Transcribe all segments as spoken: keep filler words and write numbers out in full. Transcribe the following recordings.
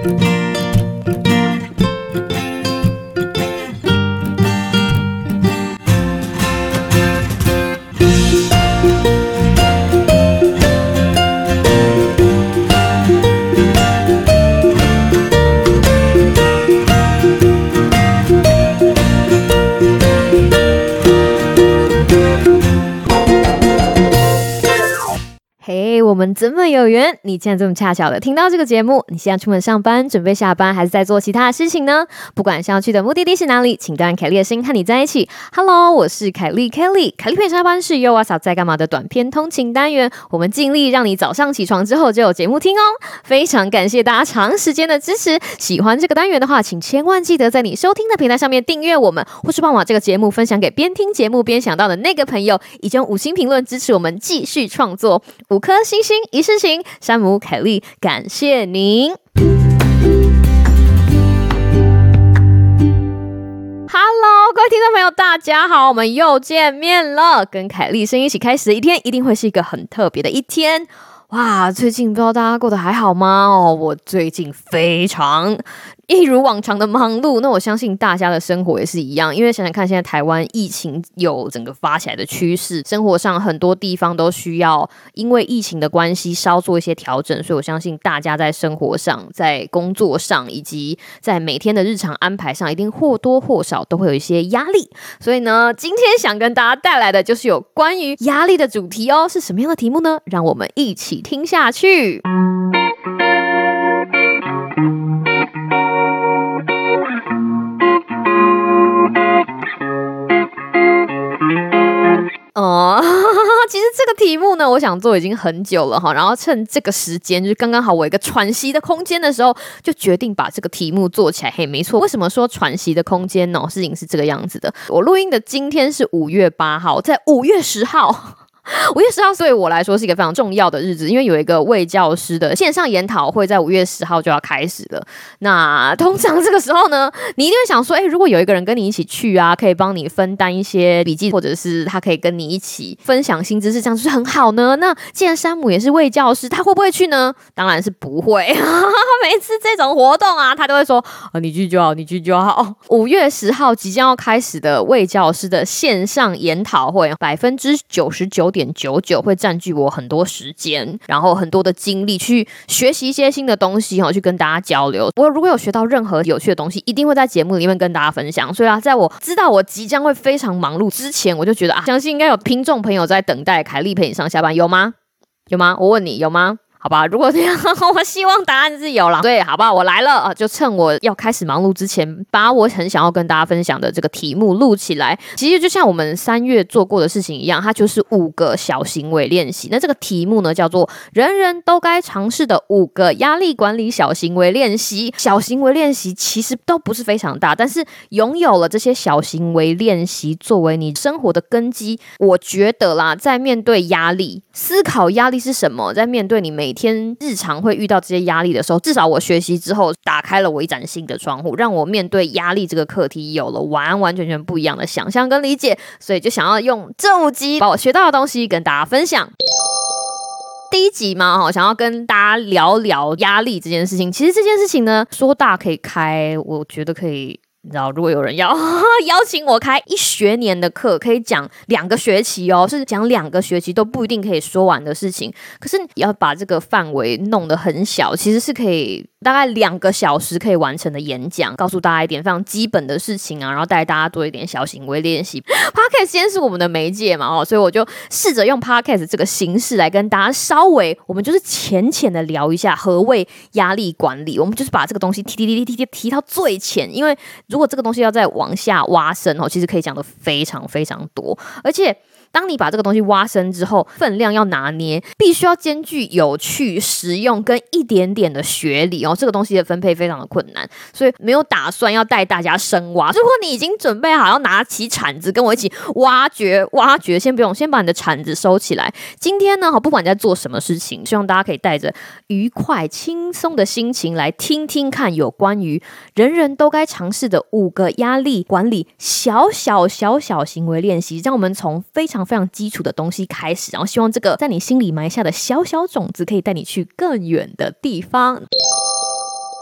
我们怎么有缘？你竟然这么恰巧的听到这个节目？你现在出门上班，准备下班，还是在做其他的事情呢？不管是要去的目的地是哪里，请让凯莉的声音和你在一起。Hello， 我是凯莉 Kelly， 凯莉陪下班是 Yo What's Up 在干嘛的短篇通勤单元。我们尽力让你早上起床之后就有节目听哦。非常感谢大家长时间的支持。喜欢这个单元的话，请千万记得在你收听的平台上面订阅我们，或是帮我把这个节目分享给边听节目边想到的那个朋友，以及用五星评论支持我们继续创作。五颗星星一世情，山姆凯莉，感谢您。Hello， 各位听众朋友，大家好，我们又见面了。跟凯莉声音一起开始的一天，一定会是一个很特别的一天。哇，最近不知道大家过得还好吗？哦，我最近非常一如往常的忙碌，那我相信大家的生活也是一样，因为想想看，现在台湾疫情有整个发起来的趋势，生活上很多地方都需要因为疫情的关系稍做一些调整，所以我相信大家在生活上、在工作上以及在每天的日常安排上，一定或多或少都会有一些压力。所以呢，今天想跟大家带来的就是有关于压力的主题哦，是什么样的题目呢？让我们一起听下去。哦、呃，其实这个题目呢，我想做已经很久了哈，然后趁这个时间，就是刚刚好我有一个喘息的空间的时候，就决定把这个题目做起来。嘿，没错，为什么说喘息的空间呢？事情是这个样子的，我录音的今天是五月八号，在五月十号。五月十号对我来说是一个非常重要的日子，因为有一个卫教师的线上研讨会在五月十号就要开始了。那通常这个时候呢，你一定会想说，哎，如果有一个人跟你一起去啊，可以帮你分担一些笔记，或者是他可以跟你一起分享新知识，这样就是很好呢。那既然山姆也是卫教师，他会不会去呢？当然是不会。每次这种活动啊，他都会说，啊，你去就好，你去就好。五月十号即将要开始的卫教师的线上研讨会，百分之九十九点九九会占据我很多时间，然后很多的精力去学习一些新的东西，去跟大家交流。我如果有学到任何有趣的东西，一定会在节目里面跟大家分享。所以啊，在我知道我即将会非常忙碌之前，我就觉得啊，相信应该有听众朋友在等待凯莉陪你上下班，有吗？有吗？我问你，有吗？好吧，如果这样，我希望答案是有啦。对，好吧，我来了啊！就趁我要开始忙碌之前，把我很想要跟大家分享的这个题目录起来。其实就像我们三月做过的事情一样，它就是五个小行为练习。那这个题目呢，叫做“人人都该尝试的五个压力管理小行为练习”。小行为练习其实都不是非常大，但是拥有了这些小行为练习作为你生活的根基，我觉得啦，在面对压力、思考压力是什么，在面对你每天日常会遇到这些压力的时候，至少我学习之后打开了我一盏新的窗户，让我面对压力这个课题有了完完全全不一样的想象跟理解，所以就想要用这五集把我学到的东西跟大家分享。第一集嘛，想要跟大家聊聊压力这件事情。其实这件事情呢，说大可以开，我觉得可以，你知道，如果有人要邀请我开一学年的课，可以讲两个学期哦，是讲两个学期都不一定可以说完的事情。可是要把这个范围弄得很小，其实是可以大概两个小时可以完成的演讲，告诉大家一点非常基本的事情啊，然后带大家多一点小行为练习。Podcast 先是我们的媒介嘛，哦，所以我就试着用 Podcast 这个形式来跟大家稍微，我们就是浅浅的聊一下何谓压力管理。我们就是把这个东西提提提提提提到最浅，因为如果这个东西要再往下挖深哦，其实可以讲的非常非常多，而且当你把这个东西挖深之后，分量要拿捏，必须要兼具有趣、实用跟一点点的学理哦。这个东西的分配非常的困难，所以没有打算要带大家深挖。如果你已经准备好要拿起铲子跟我一起挖掘挖掘，先不用，先把你的铲子收起来。今天呢，不管你在做什么事情，希望大家可以带着愉快、轻松的心情来听听看有关于人人都该尝试的五个压力管理小小小小行为练习，让我们从非常非常基础的东西开始，然后希望这个在你心里埋下的小小种子可以带你去更远的地方。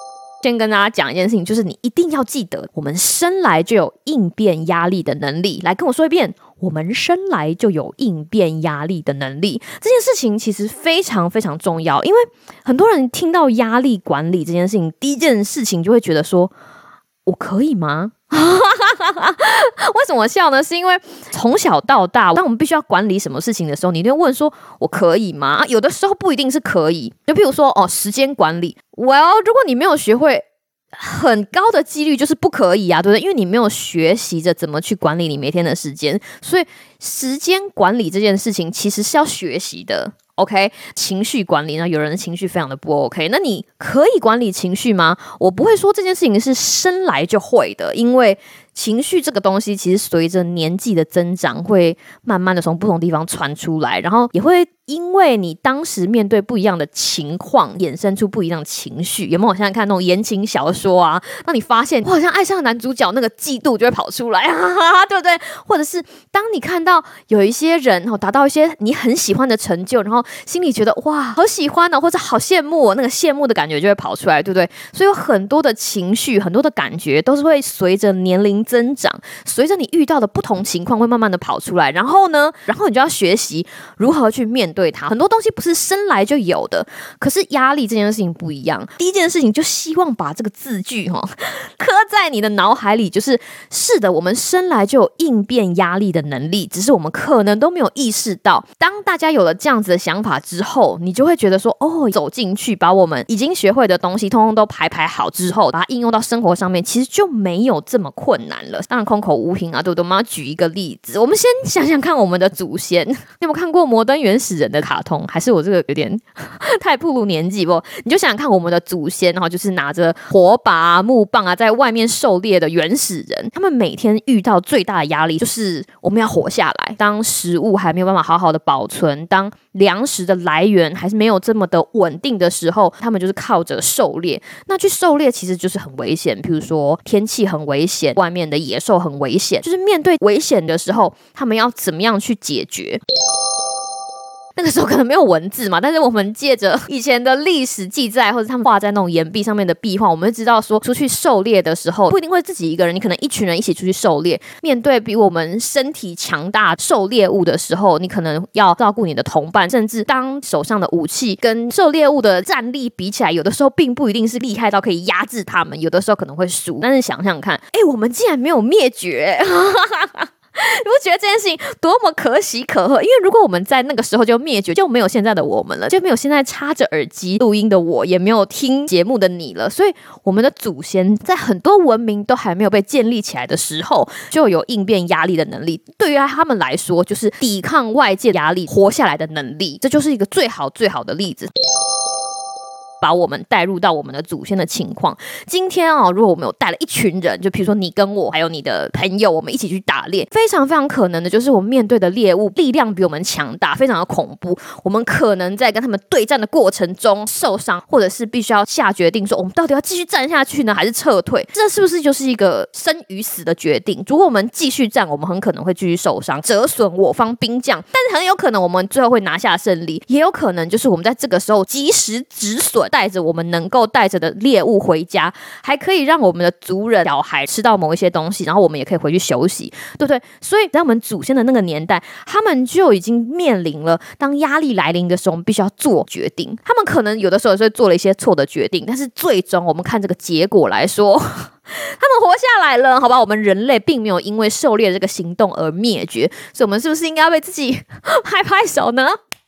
先跟大家讲一件事情，就是你一定要记得，我们生来就有应变压力的能力。来跟我说一遍，我们生来就有应变压力的能力。这件事情其实非常非常重要，因为很多人听到压力管理这件事情，第一件事情就会觉得说，我可以吗？为什么笑呢？是因为从小到大，当我们必须要管理什么事情的时候，你就会问说我可以吗？有的时候不一定是可以，就譬如说哦，时间管理 well 如果你没有学会，很高的几率就是不可以啊，对不对？因为你没有学习着怎么去管理你每天的时间，所以时间管理这件事情其实是要学习的。OK， 情绪管理呢，有人的情绪非常的不 OK， 那你可以管理情绪吗？我不会说这件事情是生来就会的，因为情绪这个东西其实随着年纪的增长会慢慢的从不同地方传出来，然后也会因为你当时面对不一样的情况衍生出不一样的情绪。有没有现在看那种言情小说啊，当你发现我好像爱上男主角，那个嫉妒就会跑出来啊，对不对？或者是当你看到有一些人达到一些你很喜欢的成就，然后心里觉得哇好喜欢哦，或者好羡慕哦，那个羡慕的感觉就会跑出来，对不对？所以有很多的情绪，很多的感觉都是会随着年龄增长，随着你遇到的不同情况会慢慢的跑出来，然后呢然后你就要学习如何去面对它。很多东西不是生来就有的，可是压力这件事情不一样。第一件事情就希望把这个字句、哦、刻在你的脑海里，就是是的，我们生来就有应变压力的能力，只是我们可能都没有意识到。当大家有了这样子的想法之后，你就会觉得说哦，走进去把我们已经学会的东西通通都排排好之后，把它应用到生活上面，其实就没有这么困难了。当然空口无凭啊，对不对？我们要举一个例子，我们先想想看我们的祖先。你有没有看过摩登原始人的卡通？还是我这个有点太暴露年纪不？你就想想看我们的祖先，然后就是拿着火把啊、木棒啊在外面狩猎的原始人，他们每天遇到最大的压力就是我们要活下来。当食物还没有办法好好的保存，当粮食的来源还是没有这么的稳定的时候，他们就是靠着狩猎。那去狩猎其实就是很危险，譬如说天气很危险，外面的野兽很危险，就是面对危险的时候，他们要怎么样去解决？那个时候可能没有文字嘛，但是我们借着以前的历史记载，或者他们画在那种岩壁上面的壁画，我们会知道说，出去狩猎的时候不一定会自己一个人，你可能一群人一起出去狩猎。面对比我们身体强大狩猎物的时候，你可能要照顾你的同伴，甚至当手上的武器跟狩猎物的战力比起来，有的时候并不一定是厉害到可以压制他们，有的时候可能会输。但是想想看，哎，我们竟然没有灭绝你不觉得这件事情多么可喜可贺？因为如果我们在那个时候就灭绝，就没有现在的我们了，就没有现在插着耳机录音的我，也没有听节目的你了。所以我们的祖先在很多文明都还没有被建立起来的时候，就有应变压力的能力。对于他们来说，就是抵抗外界压力活下来的能力，这就是一个最好最好的例子。把我们带入到我们的祖先的情况。今天啊、哦，如果我们有带了一群人，就比如说你跟我还有你的朋友，我们一起去打猎，非常非常可能的就是我们面对的猎物力量比我们强大，非常的恐怖。我们可能在跟他们对战的过程中受伤，或者是必须要下决定说我们到底要继续战下去呢，还是撤退？这是不是就是一个生与死的决定？如果我们继续战，我们很可能会继续受伤，折损我方兵将，但是很有可能我们最后会拿下胜利，也有可能就是我们在这个时候及时止损，带着我们能够带着的猎物回家，还可以让我们的族人小孩吃到某一些东西，然后我们也可以回去休息，对不对？所以在我们祖先的那个年代，他们就已经面临了当压力来临的时候，我们必须要做决定。他们可能有的时候是做了一些错的决定，但是最终我们看这个结果来说他们活下来了，好吧？我们人类并没有因为狩猎这个行动而灭绝，所以我们是不是应该要为自己拍拍手呢？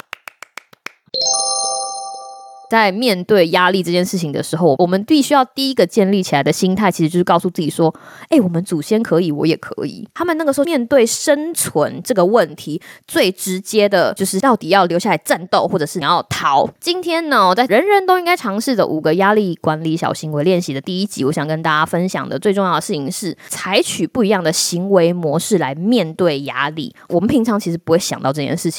在面对压力这件事情的时候，我们必须要第一个建立起来的心态，其实就是告诉自己说，哎，我们祖先可以，我也可以。他们那个时候面对生存这个问题，最直接的就是到底要留下来战斗，或者是你要逃。今天呢，在人人都应该尝试的五个压力管理小行为练习的第一集，我想跟大家分享的最重要的事情是，采取不一样的行为模式来面对压力。我们平常其实不会想到这件事情。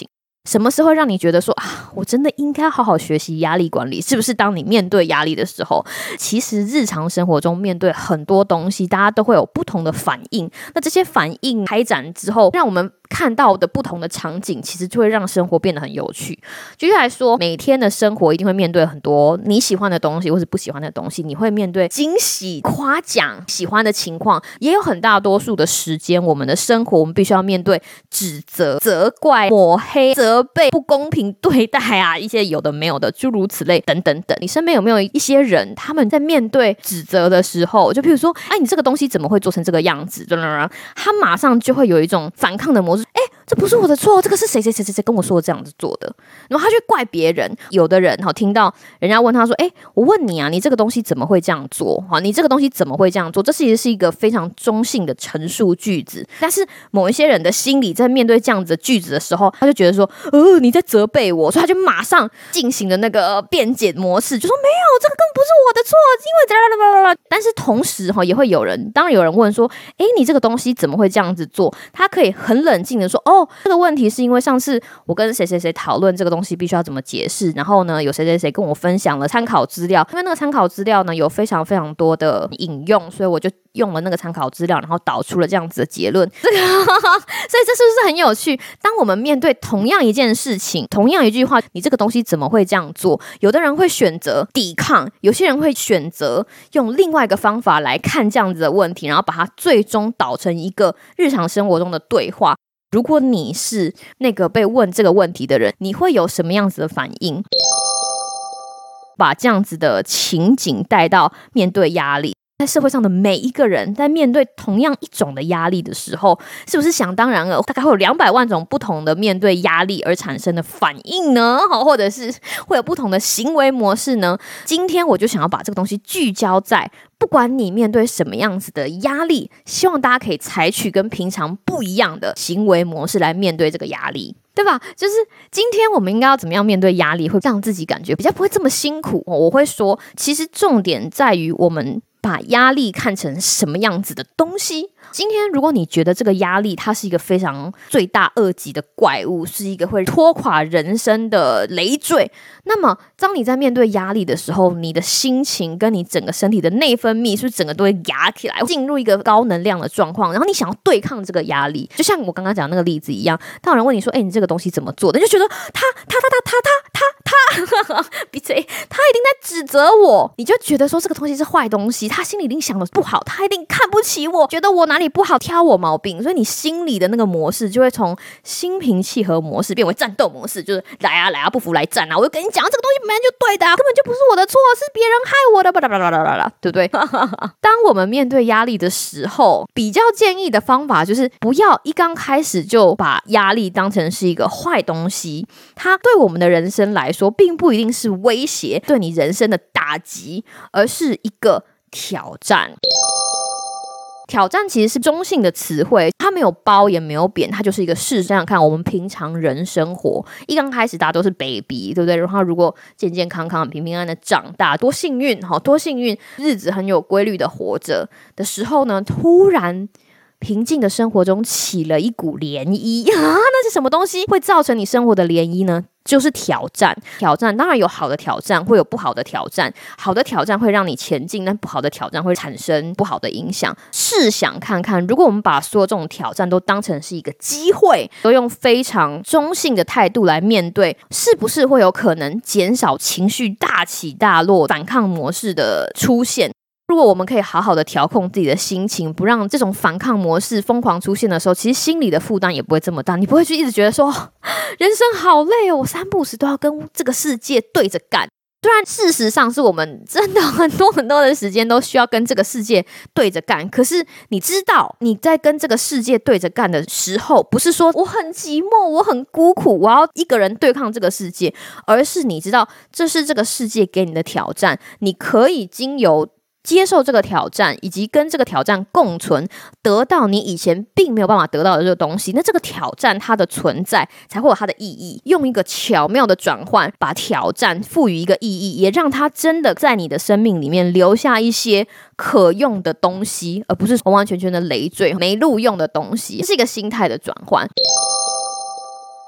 什么时候让你觉得说啊，我真的应该好好学习压力管理？是不是当你面对压力的时候，其实日常生活中面对很多东西，大家都会有不同的反应。那这些反应开展之后，让我们看到的不同的场景，其实就会让生活变得很有趣。举例来说，每天的生活一定会面对很多你喜欢的东西或是不喜欢的东西，你会面对惊喜、夸奖、喜欢的情况，也有很大多数的时间，我们的生活我们必须要面对指责、责怪、抹黑、责备、不公平对待啊，一些有的没有的，诸如此类等等等。你身边有没有一些人，他们在面对指责的时候，就譬如说，哎，你这个东西怎么会做成这个样子？他马上就会有一种反抗的模式，哎，这不是我的错，这个是谁谁谁谁谁跟我说这样子做的，然后他去怪别人。有的人好听到人家问他说，哎，我问你啊，你这个东西怎么会这样做？好，你这个东西怎么会这样做？这其实是一个非常中性的陈述句子，但是某一些人的心里在面对这样子的句子的时候，他就觉得说，呃，你在责备我，所以他就马上进行了那个辩解模式，就说没有，这个根本不是我的错，因为……但是同时也会有人，当有人问说，哎，你这个东西怎么会这样子做？他可以很冷静的说，哦，这个问题是因为上次我跟谁谁谁讨论这个东西必须要怎么解释，然后呢，有谁谁谁跟我分享了参考资料，因为那个参考资料呢有非常非常多的引用，所以我就用了那个参考资料，然后导出了这样子的结论。这个，所以这是不是很有趣？当我们面对同样一件事情，同样一句话，你这个东西怎么会这样做？有的人会选择抵抗，有些人会选择用另外一个方法来看这样子的问题，然后把它最终导成一个日常生活中的对话。如果你是那个被问这个问题的人，你会有什么样子的反应？把这样子的情景带到面对压力。在社会上的每一个人在面对同样一种的压力的时候，是不是想当然了大概会有两百万种不同的面对压力而产生的反应呢？或者是会有不同的行为模式呢？今天我就想要把这个东西聚焦在不管你面对什么样子的压力，希望大家可以采取跟平常不一样的行为模式来面对这个压力，对吧？就是今天我们应该要怎么样面对压力，会让自己感觉比较不会这么辛苦。我会说，其实重点在于我们把压力看成什么样子的东西。今天如果你觉得这个压力它是一个非常罪大恶极的怪物，是一个会拖垮人生的累赘，那么当你在面对压力的时候，你的心情跟你整个身体的内分泌是不是整个都会压起来，进入一个高能量的状况，然后你想要对抗这个压力，就像我刚刚讲的那个例子一样，当有人问你说，哎，你这个东西怎么做的，你就觉得他他他他他他他他闭嘴，他一定在指责我，你就觉得说这个东西是坏东西，他心里一定想的不好，他一定看不起我，觉得我哪里不好，挑我毛病，所以你心里的那个模式就会从心平气和模式变为战斗模式，就是来啊来啊，不服来战啊，我就跟你讲，这个东西本来就对的啊，根本就不是我的错，是别人害我的，巴拉巴拉巴拉巴拉，对不对？当我们面对压力的时候，比较建议的方法就是不要一刚开始就把压力当成是一个坏东西，它对我们的人生来说并不一定是威胁，对你人生的打击，而是一个挑战。挑战其实是中性的词汇，它没有褒也没有贬，它就是一个事。想想看，我们平常人生活一刚开始大家都是 baby， 对不对？然后如果健健康康平平安安的长大，多幸运，多幸运，日子很有规律的活着的时候呢，突然平静的生活中起了一股涟漪啊！那是什么东西会造成你生活的涟漪呢？就是挑战。挑战当然有好的挑战，会有不好的挑战。好的挑战会让你前进，但不好的挑战会产生不好的影响。试想看看，如果我们把所有这种挑战都当成是一个机会，都用非常中性的态度来面对，是不是会有可能减少情绪大起大落、反抗模式的出现？如果我们可以好好的调控自己的心情，不让这种反抗模式疯狂出现的时候，其实心里的负担也不会这么大，你不会去一直觉得说人生好累哦，我三不五时都要跟这个世界对着干。虽然事实上是我们真的很多很多的时间都需要跟这个世界对着干，可是你知道你在跟这个世界对着干的时候，不是说我很寂寞，我很孤苦，我要一个人对抗这个世界，而是你知道这是这个世界给你的挑战，你可以经由接受这个挑战，以及跟这个挑战共存，得到你以前并没有办法得到的这个东西，那这个挑战它的存在才会有它的意义。用一个巧妙的转换，把挑战赋予一个意义，也让它真的在你的生命里面留下一些可用的东西，而不是完完全全的累赘没路用的东西，是一个心态的转换。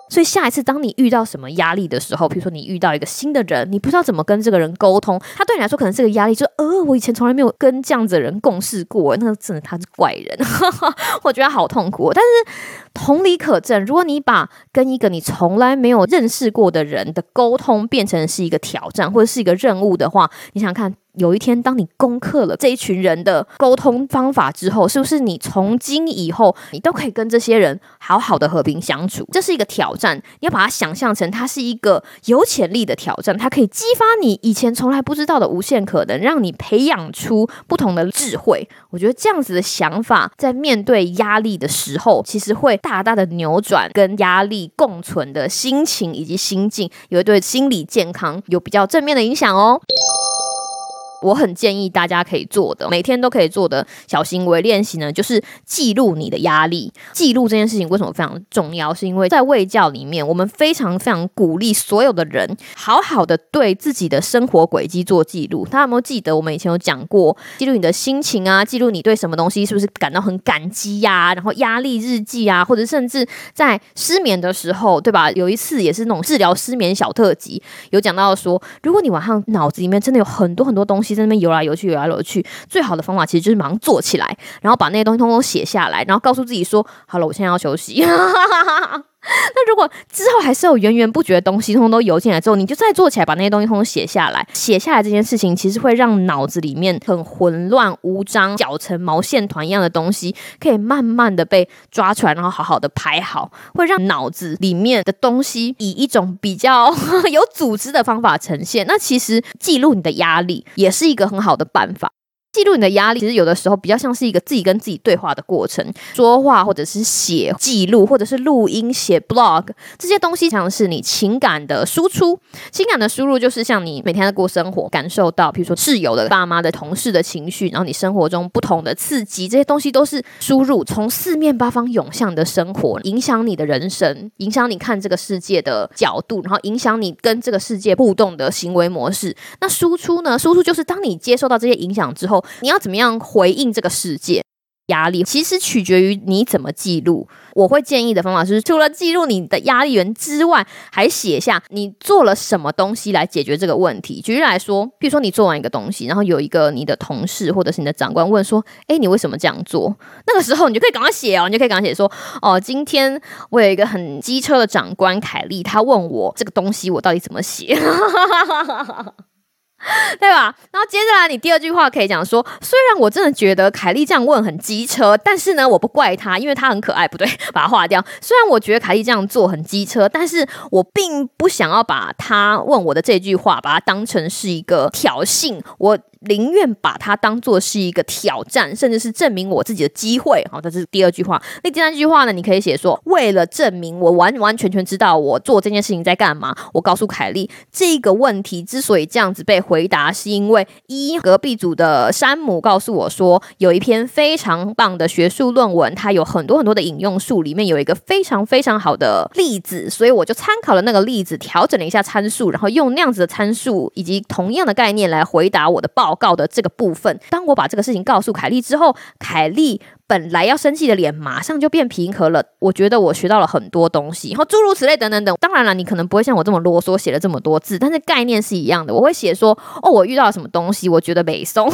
所以下一次当你遇到什么压力的时候，比如说你遇到一个新的人，你不知道怎么跟这个人沟通，他对你来说可能是个压力，就是呃，我以前从来没有跟这样子的人共事过，那真的他是怪人我觉得好痛苦。但是同理可证，如果你把跟一个你从来没有认识过的人的沟通变成是一个挑战或者是一个任务的话，你想想看，有一天当你攻克了这一群人的沟通方法之后，是不是你从今以后你都可以跟这些人好好的和平相处？这是一个挑战，你要把它想象成它是一个有潜力的挑战，它可以激发你以前从来不知道的无限可能，让你培养出不同的智慧。我觉得这样子的想法在面对压力的时候，其实会大大的扭转跟压力共存的心情以及心境，也会对心理健康有比较正面的影响哦。我很建议大家可以做的，每天都可以做的小行为练习呢，就是记录你的压力。记录这件事情为什么非常重要？是因为在卫教里面，我们非常非常鼓励所有的人好好的对自己的生活轨迹做记录。大家有没有记得我们以前有讲过，记录你的心情啊，记录你对什么东西是不是感到很感激呀、啊，然后压力日记啊，或者甚至在失眠的时候，对吧？有一次也是那种治疗失眠小特辑，有讲到说，如果你晚上脑子里面真的有很多很多东西在那边游来游去游来游去，最好的方法其实就是马上坐起来，然后把那些东西通通写下来，然后告诉自己说好了，我现在要休息那如果之后还是有源源不绝的东西通通都游进来之后，你就再坐起来把那些东西通通写下来。写下来这件事情其实会让脑子里面很混乱无章搅成毛线团一样的东西可以慢慢的被抓出来，然后好好的排好，会让脑子里面的东西以一种比较有组织的方法呈现。那其实记录你的压力也是一个很好的办法。记录你的压力其实有的时候比较像是一个自己跟自己对话的过程，说话或者是写记录或者是录音写 blog 这些东西像是你情感的输出。情感的输入就是像你每天在过生活，感受到比如说室友的、爸妈的、同事的情绪，然后你生活中不同的刺激，这些东西都是输入，从四面八方涌向你的生活，影响你的人生，影响你看这个世界的角度，然后影响你跟这个世界互动的行为模式。那输出呢？输出就是当你接受到这些影响之后，你要怎么样回应这个世界？压力其实取决于你怎么记录。我会建议的方法是，除了记录你的压力源之外，还写下你做了什么东西来解决这个问题。举例来说，比如说你做完一个东西，然后有一个你的同事或者是你的长官问说，诶，你为什么这样做？那个时候你就可以赶快写哦，你就可以赶快写说，哦，今天我有一个很机车的长官凯莉，他问我这个东西我到底怎么写对吧？然后接下来你第二句话可以讲说，虽然我真的觉得凯莉这样问很机车，但是呢我不怪她，因为她很可爱，不对，把它划掉。虽然我觉得凯莉这样做很机车，但是我并不想要把她问我的这句话把它当成是一个挑衅，我宁愿把它当作是一个挑战，甚至是证明我自己的机会。好，这是第二句话。那第三句话呢，你可以写说，为了证明我完完全全知道我做这件事情在干嘛，我告诉凯莉这个问题之所以这样子被回答，是因为一隔壁组的山姆告诉我说，有一篇非常棒的学术论文，它有很多很多的引用数，里面有一个非常非常好的例子，所以我就参考了那个例子，调整了一下参数，然后用那样子的参数以及同样的概念来回答我的报告的这个部分。当我把这个事情告诉凯莉之后，凯莉本来要生气的脸马上就变平和了。我觉得我学到了很多东西，然后诸如此类等等等。当然了，你可能不会像我这么啰嗦写了这么多字，但是概念是一样的。我会写说，哦，我遇到了什么东西，我觉得没松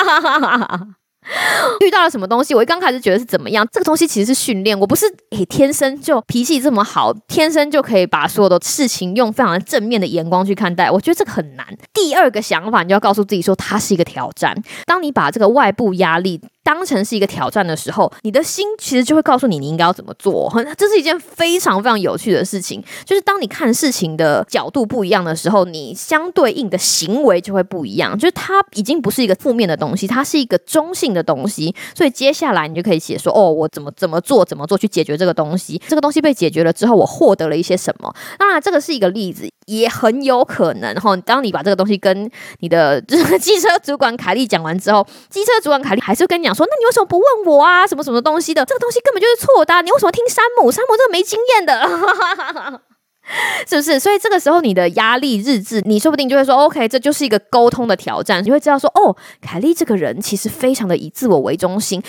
遇到了什么东西，我一刚开始觉得是怎么样，这个东西其实是训练，我不是诶天生就脾气这么好，天生就可以把所有的事情用非常正面的眼光去看待，我觉得这个很难。第二个想法，你就要告诉自己说，它是一个挑战。当你把这个外部压力当成是一个挑战的时候，你的心其实就会告诉你你应该要怎么做。这是一件非常非常有趣的事情，就是当你看事情的角度不一样的时候，你相对应的行为就会不一样，就是它已经不是一个负面的东西，它是一个中性的东西。所以接下来你就可以写说，哦，我怎么怎么做怎么做去解决这个东西，这个东西被解决了之后我获得了一些什么。当然这个是一个例子，也很有可能当你把这个东西跟你的机车主管凯莉讲完之后，机车主管凯莉还是跟你讲说，那你为什么不问我啊，什么什么东西的，这个东西根本就是错的啊，你为什么听山姆山姆这个没经验的是不是？所以这个时候你的压力日志，你说不定就会说 OK， 这就是一个沟通的挑战。你会知道说，哦，凯莉这个人其实非常的以自我为中心，她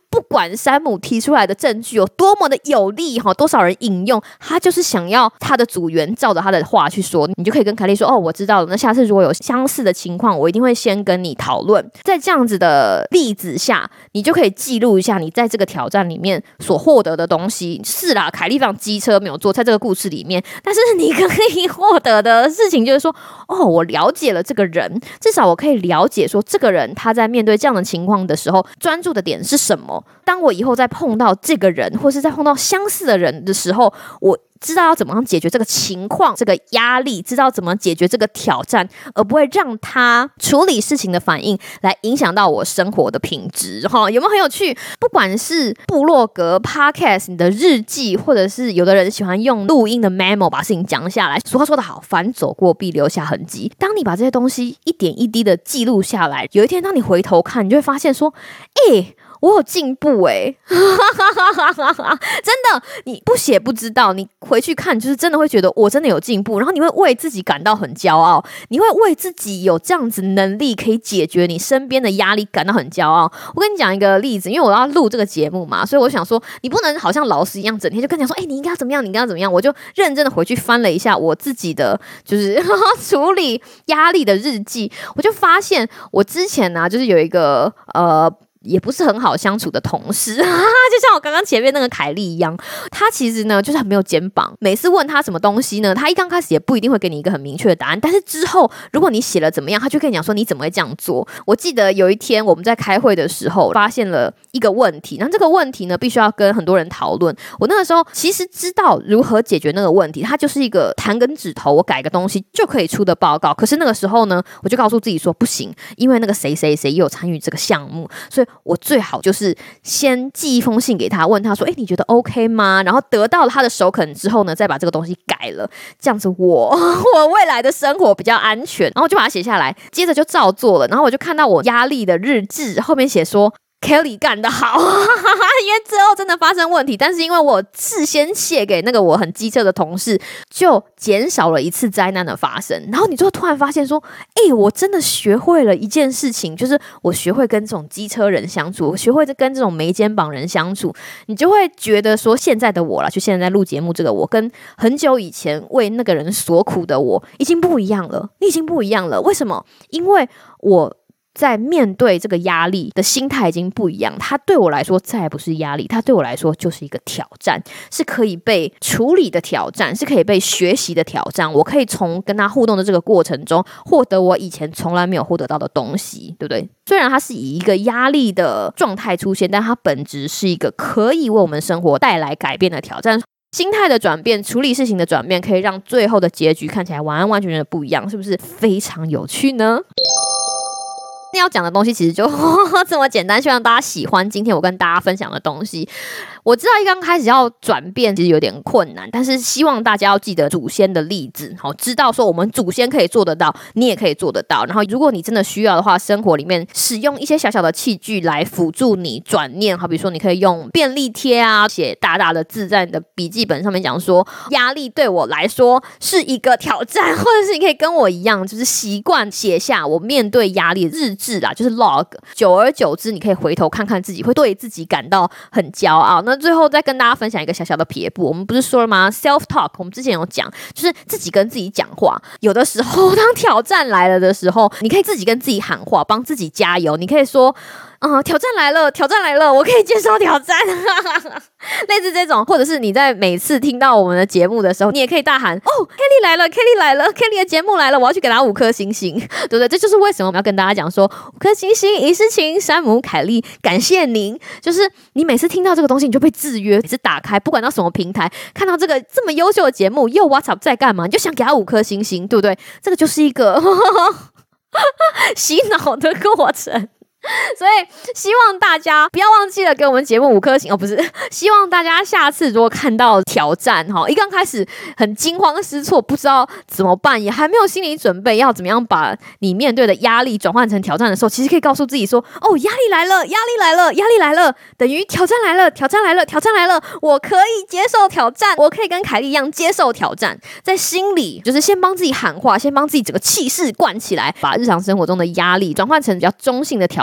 不管山姆提出来的证据有多么的有力，多少人引用，他就是想要他的组员照着他的话去说，你就可以跟凯莉说，哦，我知道了，那下次如果有相似的情况，我一定会先跟你讨论。在这样子的例子下，你就可以记录一下你在这个挑战里面所获得的东西。是啦，凯莉非常机车没有做，在这个故事里面，但是你可以获得的事情就是说，哦，我了解了这个人，至少我可以了解说这个人他在面对这样的情况的时候专注的点是什么。当我以后再碰到这个人，或是再碰到相似的人的时候，我知道要怎么样解决这个情况，这个压力，知道怎么解决这个挑战，而不会让他处理事情的反应来影响到我生活的品质。有没有很有趣？不管是部落格 podcast 你的日记，或者是有的人喜欢用录音的 memo 把事情讲下来。俗话说得好，凡走过必留下痕迹。当你把这些东西一点一滴的记录下来，有一天当你回头看，你就会发现说，哎、欸我有进步哎、欸，真的，你不写不知道，你回去看就是真的会觉得我真的有进步，然后你会为自己感到很骄傲，你会为自己有这样子能力可以解决你身边的压力感到很骄傲。我跟你讲一个例子，因为我要录这个节目嘛，所以我想说你不能好像老师一样整天就跟你讲说，哎、欸，你应该要怎么样，你应该要怎么样。我就认真的回去翻了一下我自己的就是处理压力的日记，我就发现我之前呢、啊、就是有一个呃也不是很好相处的同事，就像我刚刚前面那个凯莉一样，他其实呢就是很没有肩膀，每次问他什么东西呢，他一刚开始也不一定会给你一个很明确的答案，但是之后如果你写了怎么样，他就跟你讲说你怎么会这样做。我记得有一天我们在开会的时候发现了一个问题，那这个问题呢必须要跟很多人讨论。我那个时候其实知道如何解决那个问题，它就是一个弹根指头，我改个东西就可以出的报告。可是那个时候呢，我就告诉自己说不行，因为那个谁谁谁也有参与这个项目，所以我最好就是先寄一封信给他，问他说，哎，你觉得 OK 吗？然后得到了他的首肯之后呢，再把这个东西改了，这样子我我未来的生活比较安全。然后我就把它写下来，接着就照做了。然后我就看到我压力的日志后面写说Kelly 干得好，因为之后真的发生问题，但是因为我事先写给那个我很机车的同事，就减少了一次灾难的发生。然后你就突然发现说，哎、欸，我真的学会了一件事情，就是我学会跟这种机车人相处，我学会跟这种没肩膀人相处。你就会觉得说，现在的我啦，就现在在录节目这个我，跟很久以前为那个人所苦的我已经不一样了。你已经不一样了，为什么？因为我在面对这个压力的心态已经不一样，它对我来说再也不是压力，它对我来说就是一个挑战，是可以被处理的挑战，是可以被学习的挑战。我可以从跟他互动的这个过程中获得我以前从来没有获得到的东西，对不对？虽然它是以一个压力的状态出现，但它本质是一个可以为我们生活带来改变的挑战。心态的转变，处理事情的转变，可以让最后的结局看起来完完全全的不一样，是不是非常有趣呢？要讲的东西其实就这么简单，希望大家喜欢今天我跟大家分享的东西。我知道一刚开始要转变其实有点困难，但是希望大家要记得祖先的例子，好，知道说我们祖先可以做得到，你也可以做得到。然后如果你真的需要的话，生活里面使用一些小小的器具来辅助你转念，好比说你可以用便利贴啊，写大大的字在你的笔记本上面讲说，压力对我来说是一个挑战，或者是你可以跟我一样，就是习惯写下我面对压力的日志啦，就是 log。 久而久之你可以回头看看自己，会对自己感到很骄傲。那最后再跟大家分享一个小小的撇步，我们不是说了吗 self talk， 我们之前有讲，就是自己跟自己讲话。有的时候当挑战来了的时候，你可以自己跟自己喊话，帮自己加油。你可以说嗯，挑战来了，挑战来了，我可以接受挑战类似这种。或者是你在每次听到我们的节目的时候，你也可以大喊，哦 Kelly 来了 Kelly 来了 Kelly 的节目来了，我要去给他五颗星星，对不对？这就是为什么我们要跟大家讲说，五颗星星一世情，山姆凯莉感谢您。就是你每次听到这个东西，你就被制约，每次打开不管到什么平台，看到这个这么优秀的节目，又 WhatsApp 在干嘛，你就想给他五颗星星，对不对？这个就是一个洗脑的过程。所以希望大家不要忘记了给我们节目五颗星哦，不是，希望大家下次如果看到挑战哈，一刚开始很惊慌失措，不知道怎么办，也还没有心理准备要怎么样把你面对的压力转换成挑战的时候，其实可以告诉自己说，哦，压力来了，压力来了，压力来了，等于挑战来了，挑战来了，挑战来了，我可以接受挑战，我可以跟凯莉一样接受挑战。在心里就是先帮自己喊话，先帮自己整个气势灌起来，把日常生活中的压力转换成比较中性的挑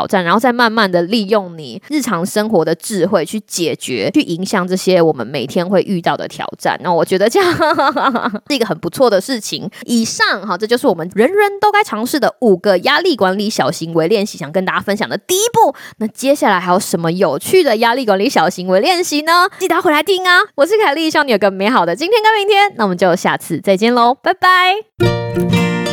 战，然后再慢慢的利用你日常生活的智慧去解决，去影响这些我们每天会遇到的挑战。那我觉得这样是一个很不错的事情。以上哈，这就是我们人人都该尝试的五个压力管理小行为练习，想跟大家分享的第一步。那接下来还有什么有趣的压力管理小行为练习呢？记得要回来听啊！我是凯莉，希望你有个美好的今天跟明天。那我们就下次再见喽，拜拜。